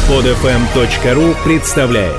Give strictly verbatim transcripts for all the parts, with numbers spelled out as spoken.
под эф эм точка ру представляет.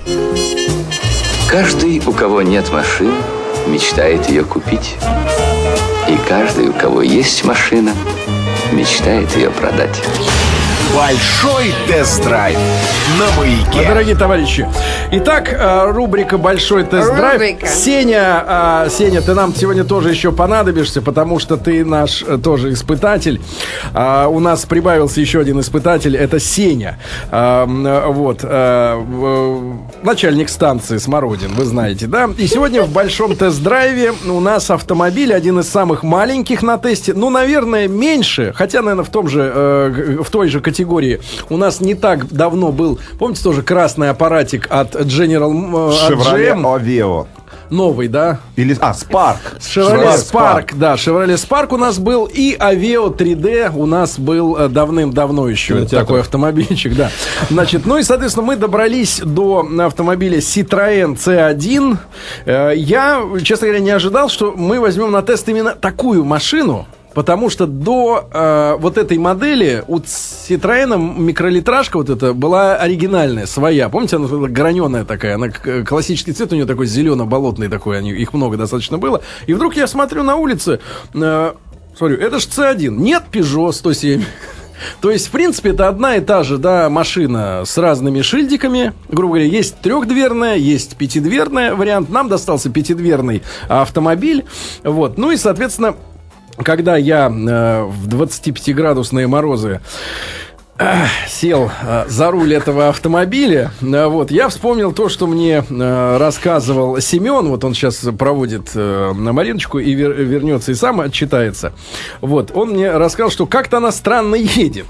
Каждый, у кого нет машины, мечтает ее купить. И каждый, у кого есть машина, мечтает ее продать. Большой тест-драйв на Маяке. Дорогие товарищи, итак, рубрика «Большой тест-драйв». Рубрика. Сеня, Сеня, ты нам сегодня тоже еще понадобишься, потому что ты наш тоже испытатель. У нас прибавился еще один испытатель, это Сеня. Вот. Начальник станции Смородин, вы знаете, да? И сегодня в большом тест-драйве у нас автомобиль, один из самых маленьких на тесте. Ну, наверное, меньше, хотя, наверное, в том же, в той же категории. У нас не так давно был, помните, тоже красный аппаратик от General Chevrolet Aveo. Новый, да? Или, а, Spark. Chevrolet Spark, да, Chevrolet Spark у нас был, и Aveo три дэ у нас был давным-давно еще. Кинотеатр. Такой автомобильчик, да. Значит, ну и, соответственно, мы добрались до автомобиля Citroën си один. Я, честно говоря, не ожидал, что мы возьмем на тест именно такую машину. Потому что до э, вот этой модели у Citroёn микролитражка вот эта была оригинальная, своя. Помните, она граненая такая, она классический цвет у нее такой зелено-болотный такой, они, их много достаточно было. И вдруг я смотрю на улице, э, смотрю, это ж си один, нет Peugeot сто семь. То есть, в принципе, это одна и та же, да, машина с разными шильдиками. Грубо говоря, есть трехдверная, есть пятидверная вариант. Нам достался пятидверный автомобиль. Вот. Ну и, соответственно, когда я э, в двадцатипятиградусные морозы э, сел э, за руль этого автомобиля, э, вот, я вспомнил то, что мне э, рассказывал Семен. Вот он сейчас проводит э, на Мариночку и вер, вернется и сам отчитается. Вот, он мне рассказал, что как-то она странно едет.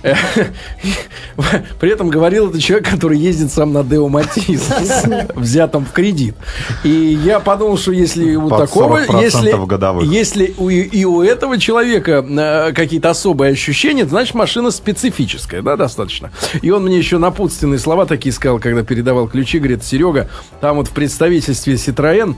При этом говорил это человек, который ездит сам на Део Матис, взятом в кредит. И я подумал, что если у такого, если, если у, и у этого человека э, какие-то особые ощущения, значит, машина специфическая, да, достаточно. И он мне еще напутственные слова такие сказал, когда передавал ключи, говорит: Серега, там вот в представительстве Citroën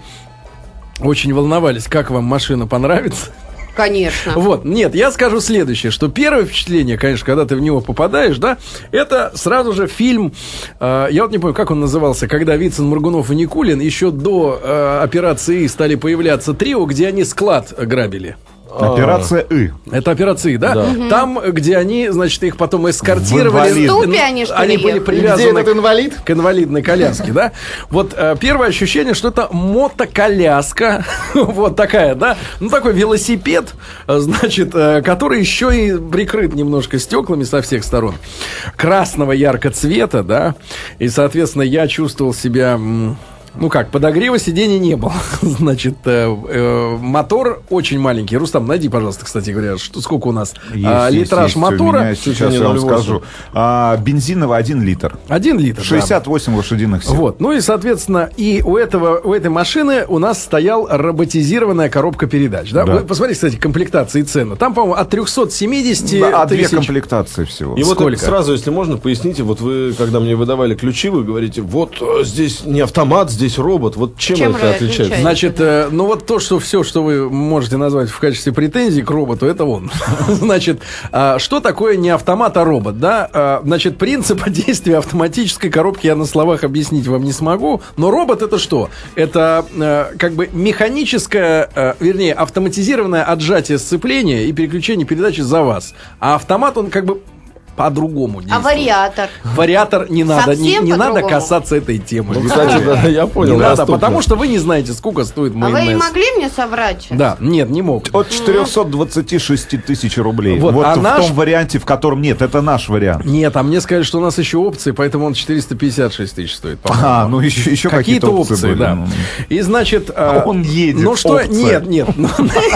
очень волновались, как вам машина понравится. Конечно. Вот, нет, я скажу следующее, что первое впечатление, конечно, когда ты в него попадаешь, да, это сразу же фильм, э, я вот не помню, как он назывался, когда Вицин, Моргунов и Никулин еще до э, операции «И» стали появляться трио, где они склад грабили. Операция «И». Это операция «И», да? Да. Угу. Там, где они, значит, их потом эскортировали. В ступе они, что ли, Они были ехали? привязаны Где этот инвалид? к инвалидной коляске, да? Вот э, первое ощущение, что это мотоколяска, вот такая, да? Ну, такой велосипед, э, значит, э, который еще и прикрыт немножко стеклами со всех сторон. Красного ярко цвета, да? И, соответственно, я чувствовал себя... М- Ну как, подогрева сидений не было. Значит, э, э, мотор очень маленький. Рустам, найди, пожалуйста, кстати говоря, что, сколько у нас Есть, а, есть, литраж есть. мотора. У меня сейчас я вам скажу. А, бензиновый один литр. Один литр. шестьдесят восемь да. лошадиных сил. Вот. Ну и, соответственно, и у, этого, у этой машины у нас стоял роботизированная коробка передач. Да? Да. Вы посмотрите, кстати, комплектации и цены. Там, по-моему, от трехсот семидесяти Да, а две тысяч... комплектации всего. И вот Сколько? сразу, если можно, поясните, вот вы, когда мне выдавали ключи, вы говорите, вот э, здесь не автомат, здесь робот. Вот чем, Чем это отличается? отличается? Значит, э, ну вот то, что все, что вы можете назвать в качестве претензий к роботу, это он. Значит, а, что такое не автомат, а робот, да? А, значит, принцип действия автоматической коробки я на словах объяснить вам не смогу, но робот это что? Это э, как бы механическое, э, вернее, автоматизированное отжатие сцепления и переключение передачи за вас. А автомат, он как бы по-другому А действует. вариатор? Вариатор не надо, не, Совсем не надо по-другому? касаться этой темы. Ну, кстати, да, я понял. Не надо, доступно. потому что вы не знаете, сколько стоит А вы майонез. не могли мне соврать сейчас? Да, нет, не мог. От четырехсот двадцати шести тысяч рублей. Вот, Вот, а в наш- том варианте, в котором нет, это наш вариант. Нет, а мне сказали, что у нас еще опции, поэтому он четыреста пятьдесят шесть тысяч стоит. по-моему. А, ну еще, еще Какие-то, какие-то опции, опции были. да. Ну, И значит... а, Он едет, Ну что, опция. нет, нет. ну,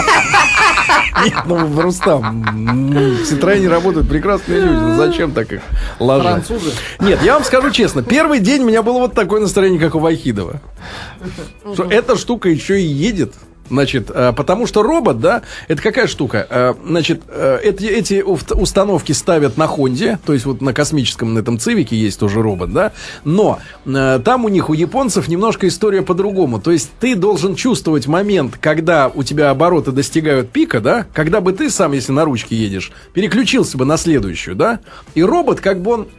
Нет, ну, Рустам, м, в Citroёn работают прекрасные люди. Ну, зачем так их ложать? Нет, я вам скажу честно. Первый день у меня было вот такое настроение, как у Вахидова. Что эта штука еще и едет. Значит, э, потому что робот, да, это какая штука? Э, значит, э, эти, эти уф- установки ставят на Хонде, то есть вот на космическом, на этом Цивике есть тоже робот, да, но э, там у них, у японцев, немножко история по-другому. То есть ты должен чувствовать момент, когда у тебя обороты достигают пика, да, когда бы ты сам, если на ручке едешь, переключился бы на следующую, да, и робот, как бы он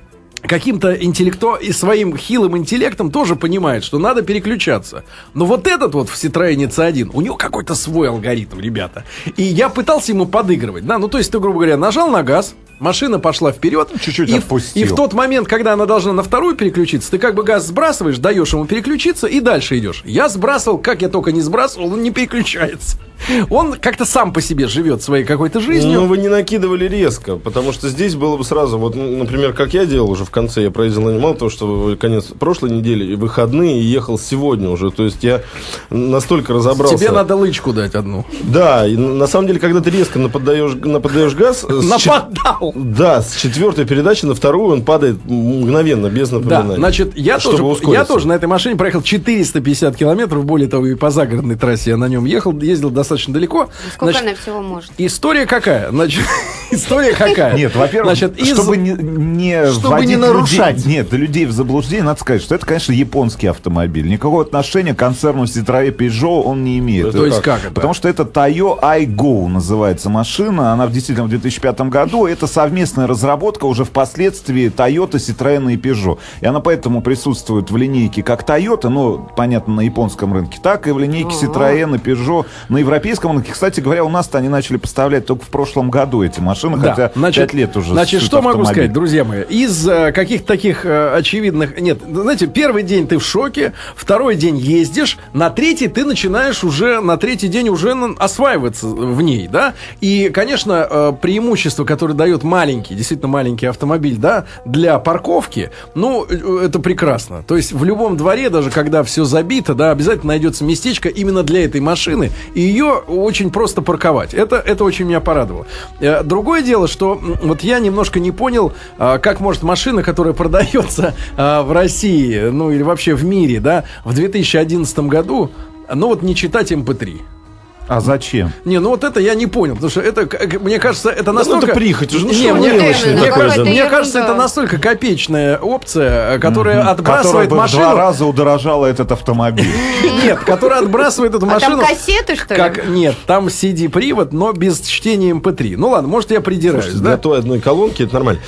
каким-то интеллекту и своим хилым интеллектом тоже понимает, что надо переключаться. Но вот этот вот в Citroёn си один, у него какой-то свой алгоритм, ребята. И я пытался ему подыгрывать, да, ну то есть ты, грубо говоря, нажал на газ, машина пошла вперед. Чуть-чуть и, отпустил. И в тот момент, когда она должна на вторую переключиться, ты как бы газ сбрасываешь, даешь ему переключиться и дальше идешь. Я сбрасывал, как я только не сбрасывал, он не переключается. Он как-то сам по себе живет своей какой-то жизнью. Ну, вы не накидывали резко, потому что здесь было бы сразу, вот, например, как я делал уже в конце, я проездил на мало того, что конец прошлой недели, выходные, и ехал сегодня уже, то есть я настолько разобрался. Тебе надо лычку дать одну. Да, и на самом деле, когда ты резко нападаешь, нападаешь газ... Нападал! Да, с четвертой передачи на вторую он падает мгновенно, без напоминания. Да, значит, я тоже, я тоже на этой машине проехал четыреста пятьдесят километров, более того, и по загородной трассе я на нем ехал, ездил достаточно далеко. Сколько Значит, она всего может? История какая? Значит, история какая? Нет, во-первых, Значит, из... чтобы не, не чтобы вводить не нарушать. Людей, нет, людей в заблуждение, надо сказать, что это, конечно, японский автомобиль. Никакого отношения к концерну Citroёn Peugeot он не имеет. То есть как это? Потому что это Toyo iGo называется машина. Она в действительно в две тысячи пятом году. Это совместная разработка уже впоследствии Toyota, Citroёn и Peugeot. И она поэтому присутствует в линейке как Toyota, ну, понятно, на японском рынке, так и в линейке Citroёn и Peugeot на европейском рынке. Кстати говоря, у нас-то они начали поставлять только в прошлом году эти машины, Да, хотя значит, пять лет уже. Значит, что автомобиль. могу сказать, друзья мои? Из э, каких-то таких э, очевидных... Нет, знаете, первый день ты в шоке, второй день ездишь, на третий ты начинаешь уже, на третий день уже осваиваться в ней, да? И, конечно, э, преимущество, которое дает маленький, действительно маленький автомобиль, да, для парковки, ну, э, это прекрасно. То есть в любом дворе, даже когда все забито, да, обязательно найдется местечко именно для этой машины, и ее очень просто парковать. Это, это очень меня порадовало. Другое дело, что вот я немножко не понял, как может машина, которая продается в России, ну или вообще в мире, да, в две тысячи одиннадцатом году, ну вот не читать эм пэ три. А зачем? Не, ну вот это я не понял, потому что это, мне кажется, это настолько... Ну, это прихоть уже, ну, не, что мне, мелочное мне, такое, кажется, да. мне кажется, это настолько копеечная опция, которая Мгм. отбрасывает Которая бы машину... в два раза удорожала этот автомобиль. Нет, которая отбрасывает эту А машину... там кассеты, что ли? Как, нет, там си ди-привод, но без чтения эм пэ три. Ну ладно, может, я придираюсь, Слушайте, да? для той одной колонки это нормально.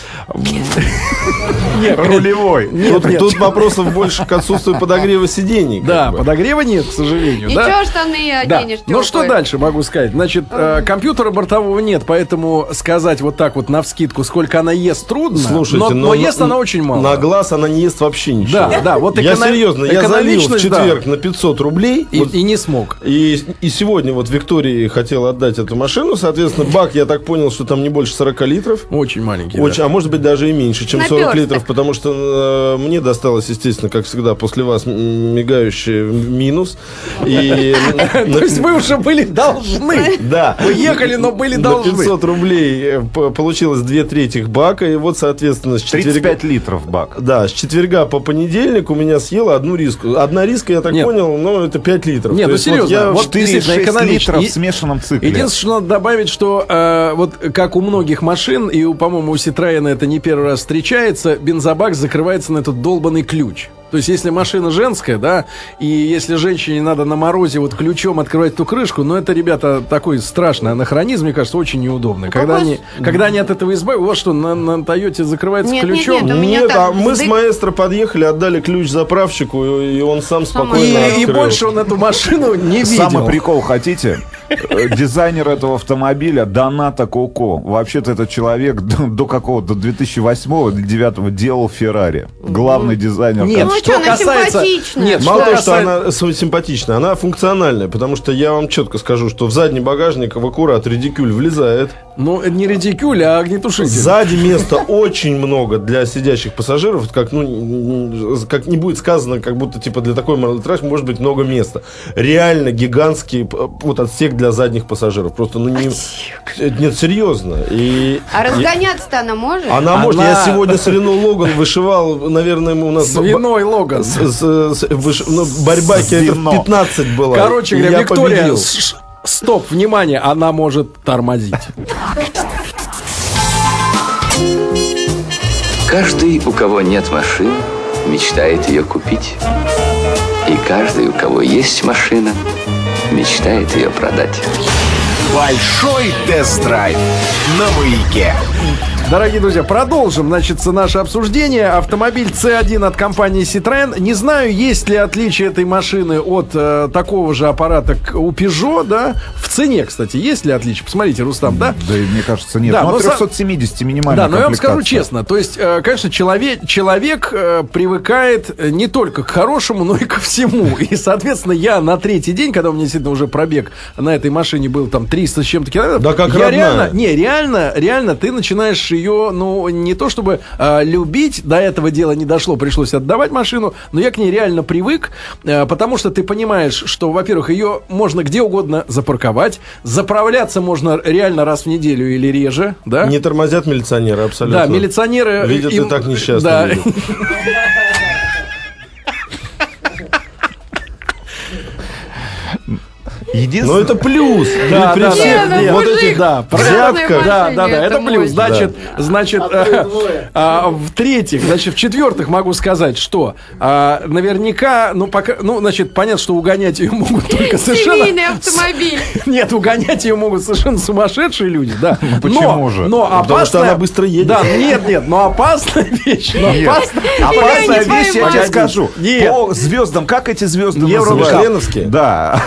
Нет, Рулевой. нет, Тут, нет. тут вопросов больше к отсутствию подогрева сидений. как Да, бы. подогрева нет, к сожалению. Ничего, да? штаны Да. оденешь Ну что тёплые. дальше могу сказать? Значит, э, компьютера бортового нет, поэтому сказать вот так вот навскидку, сколько она ест, трудно. Слушайте, но, но, но ест она очень мало. На глаз она не ест вообще ничего. Да, да, вот я эконом- серьезно, я залил в экономичность, четверг да. на пятьсот рублей. И, вот, и не смог. и, и сегодня вот Виктории хотел отдать эту машину. Соответственно, бак, я так понял, что там не больше сорок литров. Очень маленький. Очень, да. а может быть даже и меньше, чем Наперсток. сорок литров, потому что э, мне досталось, естественно, как всегда, после вас м- мигающий минус. И То есть вы уже были должны. да. Вы ехали, но были На должны. пятьсот рублей э, п- получилось две трети бака, и вот, соответственно, с тридцать четверга... пять литров бак. Да, с четверга по понедельник у меня съела одну риску. Одна риска, я так Нет. понял, но это пять литров. Нет, То ну есть серьезно, я вот четыре действительно шесть экономично. литров И- в смешанном цикле. Единственное, что надо добавить, что э, вот как у многих машин, и, у, по-моему, у Citroёn это не первый раз встречается, бензобак закрывается на этот долбанный ключ. То есть, если машина женская, да, и если женщине надо на морозе вот ключом открывать эту крышку, ну, это, ребята, такой страшный анахронизм, мне кажется, очень неудобно. Когда какой они, когда они от этого избавятся, у вас что, на, на Тойоте закрывается Нет, нет, ключом? нет, у меня Нет, так а мы с вздых- маэстро подъехали, отдали ключ заправщику, и и он сам Сама спокойно И, и открыл. больше он эту машину не видел. Самый прикол, хотите? Э, Дизайнер этого автомобиля Доната Коко. Вообще-то этот человек до, до какого-то две тысячи восьмого или две тысячи девятого делал Феррари. Главный дизайнер. Нет, Ну, что что, она касается... симпатичная. Нет, Мало что того, что касается... она сим- симпатичная, она функциональная, потому что я вам четко скажу, что в задний багажник в аккурат редикюль влезает. Ну, это не редикюль, а огнетушитель. Сзади места очень много для сидящих пассажиров, как, ну, н- как не будет сказано, как будто типа для такой малометражки может быть много места. Реально гигантский п- вот отсек для задних пассажиров. Просто, ну, не... Нет, серьезно. И... А и- разгоняться-то она может? Она, может, Она- я сегодня с Рено Логан вышивал, наверное, у нас... Свиной Логан. С- с- с- выш- ну, борьба Свино. километров пятнадцать была. Короче И говоря, я Виктория, победил. с- стоп, внимание, она может тормозить. Каждый, у кого нет машины, мечтает ее купить. И каждый, у кого есть машина, мечтает ее продать. Большой тест-драйв на Маяке. Дорогие друзья, продолжим, значит, наше обсуждение. Автомобиль Си один от компании Citroën. Не знаю, есть ли отличие этой машины от э, такого же аппарата у Peugeot, да? В цене, кстати, есть ли отличие? Посмотрите, Рустам, да? Да, мне кажется, нет. Да, но но триста семьдесят минимальная Да, но я вам скажу комплектация. честно, то есть, э, конечно, человек, человек э, привыкает не только к хорошему, но и ко всему. И, соответственно, я на третий день, когда у меня действительно уже пробег на этой машине был там триста с чем-то километров, да как я родная. реально, не, реально, реально ты начинаешь ее, ну, не то чтобы э, любить, до этого дела не дошло, пришлось отдавать машину, но я к ней реально привык, э, потому что ты понимаешь, что, во-первых, ее можно где угодно запарковать, заправляться можно реально раз в неделю или реже, да? Не тормозят милиционеры, абсолютно. Да, милиционеры... Видят им- и так несчастно да. видят. Единственное... Но это плюс. Да, При да, всех да, ну, вот мужик, этих да, взятках. Да, да, да, это это плюс. мощно. Значит, значит, э, а, в-третьих, значит, в-четвертых могу сказать, что а, наверняка, ну, пока, ну, значит, понятно, что угонять ее могут только совершенно... Семейный автомобиль. Нет, угонять ее могут совершенно сумасшедшие люди, да. почему но, же? Но Потому опасная... что она быстро едет. Да, нет, нет, но опасная вещь. Но Нет. опасная... Опасная не вещь, я тебе поймаю. скажу. Нет. По звездам, как эти звезды Евро- называются? Мишленовские? Да.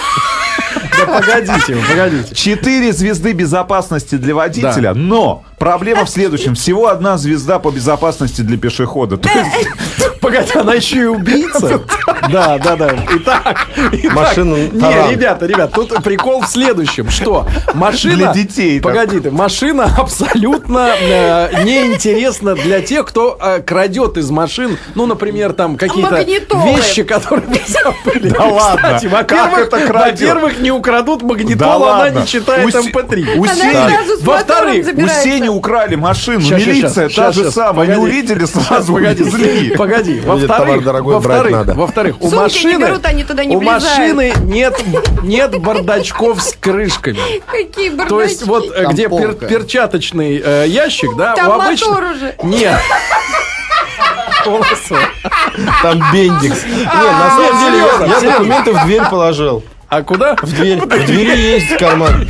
Да погодите, вы, погодите. Четыре звезды безопасности для водителя, Да. но проблема в следующем. Всего одна звезда по безопасности для пешехода. То есть Погоди, она еще и убийца. Да, да, да. Итак, итак. Машина Не, таран. ребята, ребят, тут прикол в следующем, что машина... Для детей, так. Погоди ты, машина абсолютно э, неинтересна для тех, кто э, крадет из машин, ну, например, там какие-то Магнитолы. вещи, которые вы забыли. Да ладно, Кстати, во-первых, как это крадет? во-первых, не украдут Да магнитолу, она ладно. не читает У Се- эм пэ три. у Она Сени- сразу с Во-вторых, мотором У забирается. Сени украли машину. Щас, щас, Милиция щас, та щас, же щас, самая. Не погоди. увидели, Сейчас, сразу погоди, увезли. погоди. Видит, Во-вторых, товар дорогой, брать во-вторых, надо. во-вторых, у Сумки не машины, берут, они туда не у влезают. машины нет, нет бардачков с крышками. Какие бардачки. То есть вот э, где пер- перчаточный э, ящик, да, Там у обычно... мотор уже. Нет. Колосо. Там бендикс. Нет, на самом деле я- я документы в дверь положил. А куда? В дверь. В двери есть карман.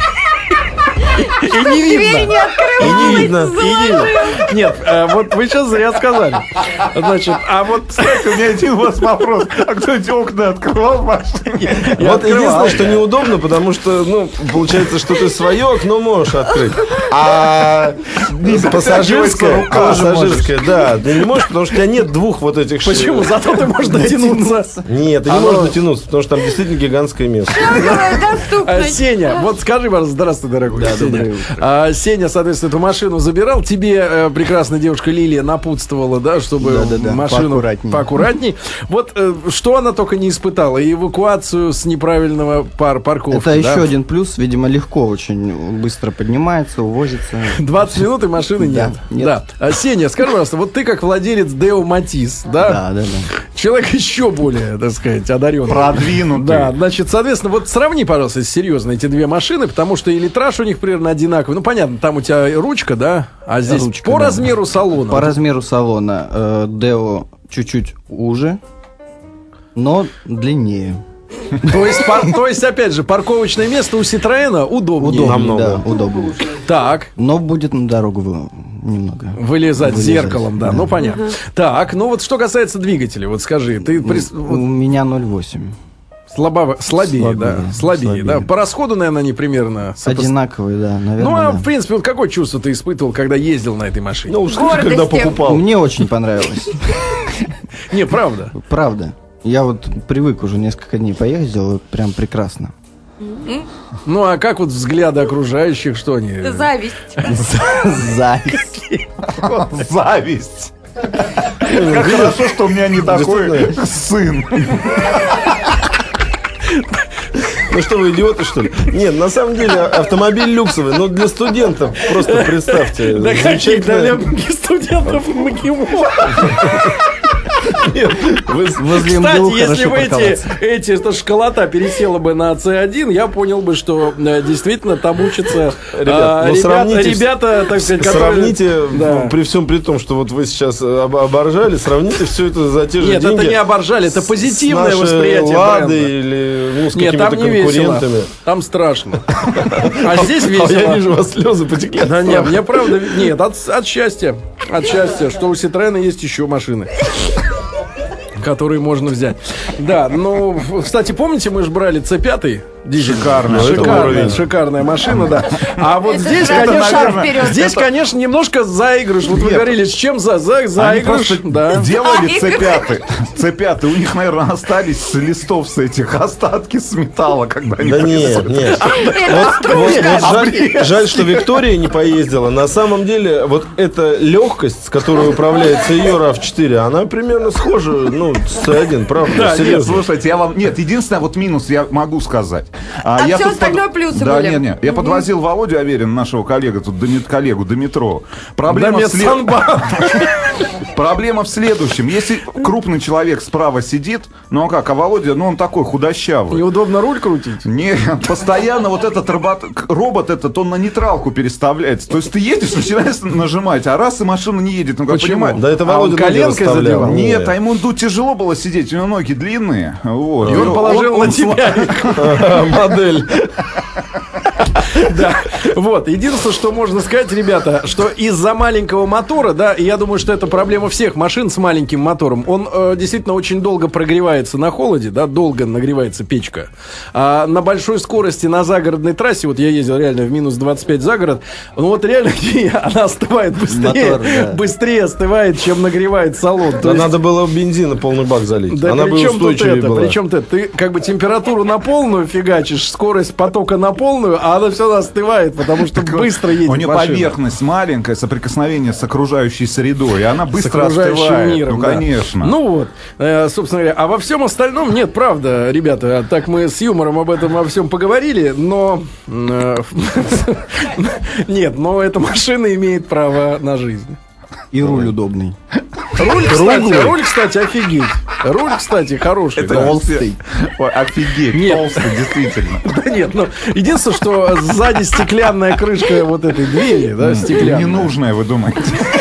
И не видно. Дверь не открывалась. И не видно. И не видно. Нет, э, вот вы сейчас зря сказали. Значит, а вот... У меня один у вас вопрос. А кто эти окна открывал в машине? Я Вот открывал. единственное, что неудобно, потому что, ну, получается, что ты свое окно можешь открыть, а пассажирское, рука же пассажирское, да, ты не можешь, потому что у тебя нет двух вот этих... ш- Почему? Зато ты можешь дотянуться. Нет, ты не можешь дотянуться, потому что там действительно гигантское место. А, Доступность. Сеня, вот скажи, пожалуйста, здравствуй, дорогой. Сеня. А, Сеня, соответственно, эту машину забирал. Тебе э, прекрасная девушка Лилия напутствовала, да, чтобы Да-да-да, машину поаккуратней. поаккуратней. Вот э, что она только не испытала. И эвакуацию с неправильного пар парковки. Это да? еще один плюс, видимо, легко очень быстро поднимается, увозится. двадцать минут и машины нет. Да, нет. Да. А, Сеня, скажи, пожалуйста, вот ты как владелец Део Матис, да? Да, да, да. Человек еще более, так сказать, одаренный. Продвинутый. Да, значит, соответственно, вот сравни, пожалуйста, серьезно эти две машины, потому что и литраж у них примерно одинаковый. Ну, понятно, там у тебя ручка, да, а здесь Ручка, по да. размеру салона. По размеру салона э, Део чуть-чуть уже, но длиннее. То есть, пар- то есть, опять же, парковочное место у Citroёна удобнее. Удобнее, намного. да, удобнее. Так, Но будет на дорогу вы- немного. вылезать, Вылезать, зеркалом, да, да. ну понятно. Так, ну вот что касается двигателя, вот скажи, ты прис- У вот меня ноль восемь. слабо- слабее, да, Слабее, слабее, слабее. да. По расходу, наверное, они примерно сопос- Одинаковые, да, наверное. Ну, а да. в принципе, вот какое чувство ты испытывал, когда ездил на этой машине? Ну, уж слышишь, Гордости. когда покупал. Мне очень понравилось. Не, правда. Правда. Я вот привык уже несколько дней поездил, и прям прекрасно. Ну, а как вот взгляды окружающих, что они? Это зависть. Зависть. Зависть. Как хорошо, что у меня не такой сын. Ну что вы, идиоты, что ли? Нет, на самом деле автомобиль люксовый, но для студентов, просто представьте. Да каких замечательно. для студентов МГИМО? Нет, вы- Возле МГУ Кстати, если хорошо бы эти, парковаться. эти эта школота пересела бы на С один, я понял бы, что э, действительно там учатся Ребят, а, ну, ребята, сравните- ребята, так сказать, которые... Сравните, Да. ну, при всем при том, что вот вы сейчас об- оборжали, сравните все это за те же Нет, деньги. это не оборжали, это с- позитивное с нашей восприятие Ладой бренда. или ну, с Нет, какими-то там не весело, конкурентами. там страшно. А здесь А я весело. вижу, у вас слезы потекли. от Да нет, страха. мне правда, нет, от, от счастья, от счастья, что у Citroёn есть еще машины, которые можно взять. Да, ну, кстати, помните, мы же брали С пять? Шикарно, это шикарная, уровень. шикарная машина, да. А вот Это здесь, сразу конечно, шаг вперед. здесь, конечно, немножко заигрыш. Вот вы Нет. говорили, с чем за, за Они заигрыш? просто Да. делали А, С пять. С пять. У них, наверное, остались с листов с этих остатки с металла, когда они Да нет, нет. Вот, вот- вот жаль, жаль, что Виктория не поездила. На самом деле, вот эта легкость, с которой управляется ее рав четыре, она примерно схожа, ну, с С один, правда? Да, нет, серьезно. слушайте, я вам... Нет, единственное, вот минус я могу сказать. А я всё тут остальное плюсы Да, были. нет, нет. Я подвозил Володю Аверина, нашего коллегу, тут до мет- коллегу, до метро. Проблема, Да, в след- медсанбат. Проблема в следующем. Если крупный человек справа сидит, ну а как, а Володя, ну он такой худощавый. Неудобно руль крутить? Нет, постоянно вот этот робот, робот этот, он на нейтралку переставляется. То есть ты едешь, начинаешь нажимать, а раз и машина не едет. Ну как Почему? понимаешь? Да это А он Володя ноги коленкой расставлял. задевал? Нет, а ему ну, тяжело было сидеть, у него ноги длинные. Вот. И он положил на тебя. Модель. Да, вот. Единственное, что можно сказать, ребята, что из-за маленького мотора, да, и я думаю, что это проблема всех машин с маленьким мотором, он э, действительно очень долго прогревается на холоде, да, долго нагревается печка. А на большой скорости на загородной трассе, вот я ездил реально в минус двадцать пять за город, ну вот реально она остывает быстрее, Мотор, да. быстрее остывает, чем нагревает салон. То Да есть- надо было бензина полный бак залить. Да Она бы причем тут устойчивее это, была. причем ты, ты как бы температуру на полную фигачишь, скорость потока на полную, а она все остывает, потому что быстро едет У нее машина. поверхность маленькая, соприкосновение с окружающей средой, и она С быстро окружающим остывает. миром, ну, да. конечно. Ну вот, э, собственно говоря, а во всем остальном, нет, правда, ребята, так мы с юмором об этом во всем поговорили, но... э, Нет, но эта машина имеет право на жизнь. И руль удобный. Руль, кстати, руль, кстати, офигеть. Руль, кстати, хороший. Это да. толстый. Ой, офигеть, Нет. толстый, действительно. Да нет, ну, единственное, что сзади стеклянная крышка вот этой двери, да, стеклянная. Ненужное, вы думаете.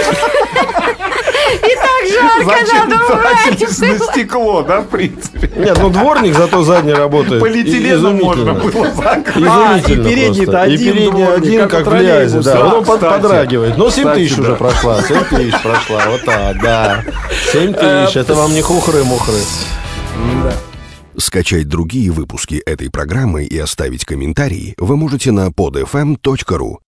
И так жарко Зачем надо убрать. тратить на стекло, да, в принципе? Нет, ну дворник зато задний работает. Полиэтиленом И- можно изумительно. было закрыть. А, и Изумительно передний-то просто. И один передний дворник, один, как как у в грязи, троллейбуса. да. Да, Он под- кстати. подрагивает. Ну, семь тысяч Кстати, уже да. прошла. семь тысяч прошла. Вот так, да. семь тысяч. Это вам не хухры-мухры. Скачать другие выпуски этой программы и оставить комментарии вы можете на под эф эм точка ру.